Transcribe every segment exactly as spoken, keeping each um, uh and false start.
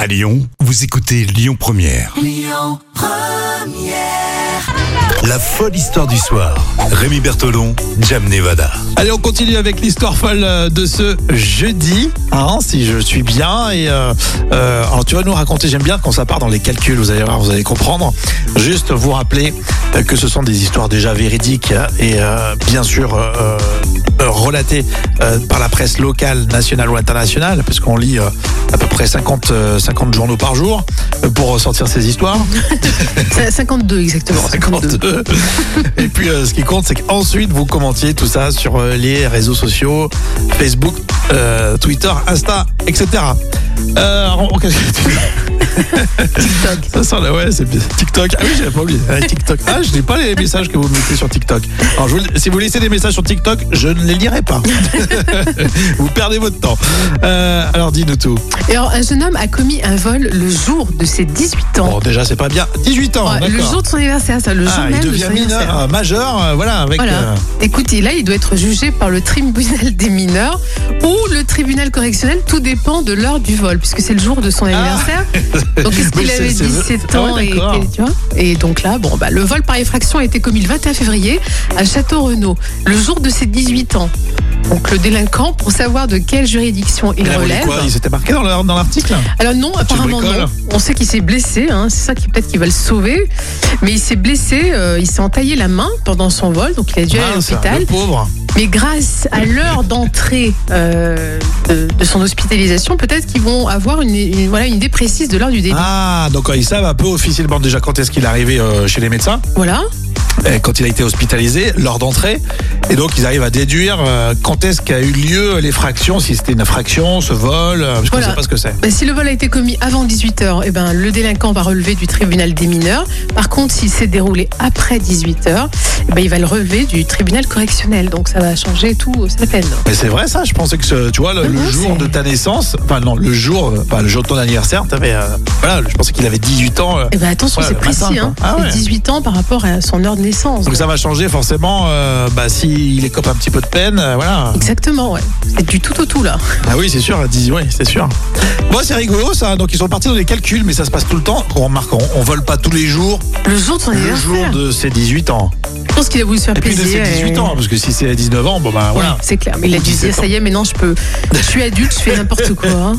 À Lyon, vous écoutez Lyon Première. Lyon Première. La folle histoire du soir. Rémi Bertolon, Jam Nevada. Allez, on continue avec l'histoire folle de ce jeudi, hein, si je suis bien. Et euh, euh, alors tu vas nous raconter, j'aime bien quand ça part dans les calculs, vous allez voir, vous allez comprendre. Juste vous rappeler que ce sont des histoires déjà véridiques et euh, bien sûr euh, euh, relatées euh, par la presse locale, nationale ou internationale, puisqu'on lit euh, à peu près cinquante, euh, cinquante journaux par jour pour sortir ces histoires. cinquante-deux exactement. cinquante-deux. Et puis euh, ce qui compte, c'est qu'ensuite vous commentiez tout ça sur euh, les réseaux sociaux, Facebook, euh, Twitter, Insta, et cetera. Euh, en- en- qu'est-ce que tu- TikTok. Ça sent là, ouais, c'est bien. TikTok. Ah oui, j'avais pas oublié. Ouais, TikTok. Ah, je n'ai pas les messages que vous mettez sur TikTok. Alors, je vous- si vous laissez des messages sur TikTok, je ne les lirai pas. Vous perdez votre temps. Euh, alors, dis-nous tout. Et alors, un jeune homme a commis un vol le jour de ses dix-huit ans. Bon, déjà, c'est pas bien. dix-huit ans, Ouais, d'accord. le jour de son anniversaire, ça, le jour Ah, même il de devient son mineur, anniversaire. euh, majeur, euh, voilà, avec. Voilà. euh, Écoutez, là, il doit être jugé par le tribunal des mineurs ou le tribunal correctionnel. Tout dépend de l'heure du vol, puisque c'est le jour de son anniversaire. Donc, est-ce Oui, qu'il c'est- avait c'est- dix-sept Ah ouais, ans et, d'accord. et- tu vois et donc là, bon, bah, le vol par effraction a été commis le vingt et un février à Château-Renaud, le jour de ses dix-huit ans. Donc, le délinquant, pour savoir de quelle juridiction il il a volé relève. quoi? Il s'était marqué dans le- dans l'article? Alors non, apparemment bricole. non. On sait qu'il s'est blessé, hein. C'est ça qui peut-être qu'il va le sauver. Mais il s'est blessé, euh, il s'est entaillé la main pendant son vol, donc il a dû aller à Mince, l'hôpital. le pauvre. Mais grâce à l'heure d'entrée euh, de, de son hospitalisation, peut-être qu'ils vont avoir une, une- voilà, une idée précise de l'heure du délit. Ah, donc euh, ils savent un peu officiellement déjà quand est-ce qu'il est arrivé euh, chez les médecins, Voilà. euh, quand il a été hospitalisé, l'heure d'entrée, et donc ils arrivent à déduire euh, quand est-ce qu'a eu lieu l'effraction, si c'était une infraction, ce vol, euh, parce qu'on ne Voilà. sait pas ce que c'est. Ben, si le vol a été commis avant dix-huit heures, eh ben, le délinquant va relever du tribunal des mineurs. Par contre, s'il s'est déroulé après dix-huit heures, eh ben, il va le relever du tribunal correctionnel. Donc ça va changer tout sa peine. Mais c'est vrai ça, je pensais que ce- tu vois le, Ouais, le ouais, jour c'est- de ta naissance, enfin non, le jour, euh, enfin, le jour de ton anniversaire, t'avais, euh, voilà, je pensais qu'il avait dix-huit ans. euh. Eh ben, attention, Ouais, c'est le précis. matin, Hein. quoi. Ah ouais. C'est dix-huit ans par rapport à son heure de naissance. Donc ça va changer forcément, euh, bah, s'il écope un petit peu de peine, euh, voilà. Exactement, ouais. C'est du tout au tout là. Ah oui, c'est sûr, à dix, oui, c'est sûr. Bon, c'est rigolo ça, donc ils sont partis dans les calculs, mais ça se passe tout le temps. On remarque, on, on vole pas tous les jours, Le jour de son le anniversaire. jour de ses dix-huit ans. Je pense qu'il a voulu se faire Et puis de plaisir. ses dix-huit et- ans, parce que si c'est à dix-neuf ans, bon bah Ouais, voilà. c'est clair. Mais il a Ou dû se dix-sept dire, ça y est, maintenant je peux. Je suis adulte, je fais n'importe quoi. hein.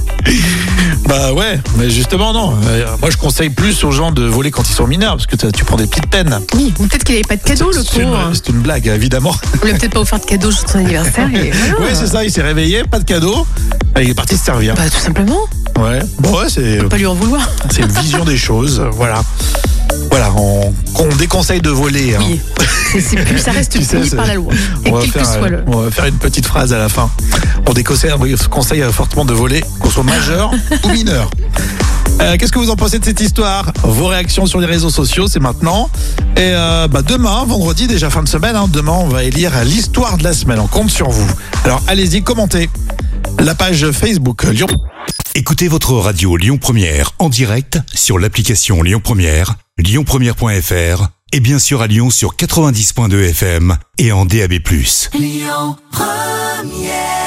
Bah ouais, mais justement non. Euh, moi je conseille plus aux gens de voler quand ils sont mineurs, parce que t'as- tu prends des petites peines. Oui, ou peut-être qu'il n'avait pas de cadeau, le C'est une, pauvre. c'est une blague, évidemment. On lui a peut-être pas offert de cadeau sur son anniversaire. Et voilà. Ouais, c'est ça, il s'est réveillé, pas de cadeau, et il est parti se servir. Bah, tout simplement. Ouais, bon ouais, c'est On peut pas lui en vouloir. c'est une vision des choses, voilà. Voilà, on, on déconseille de voler. hein. Oui. C'est, c'est plus, ça reste Tu sais, puni c'est- par la loi. Et On va, quel que faire, soit le. on va faire une petite phrase à la fin. On déconseille, on conseille fortement de voler, qu'on soit majeur ou mineur. Euh, Qu'est-ce que vous en pensez de cette histoire? Vos réactions sur les réseaux sociaux, c'est maintenant. Et euh, bah demain, vendredi, déjà fin de semaine, hein, demain on va élire l'histoire de la semaine. On compte sur vous. Alors allez-y, commentez la page Facebook Lyon. Écoutez votre radio Lyon Première en direct sur l'application Lyon Première, lyon première point f r et bien sûr à Lyon sur quatre-vingt-dix point deux F M et en D A B plus. Lyon Première.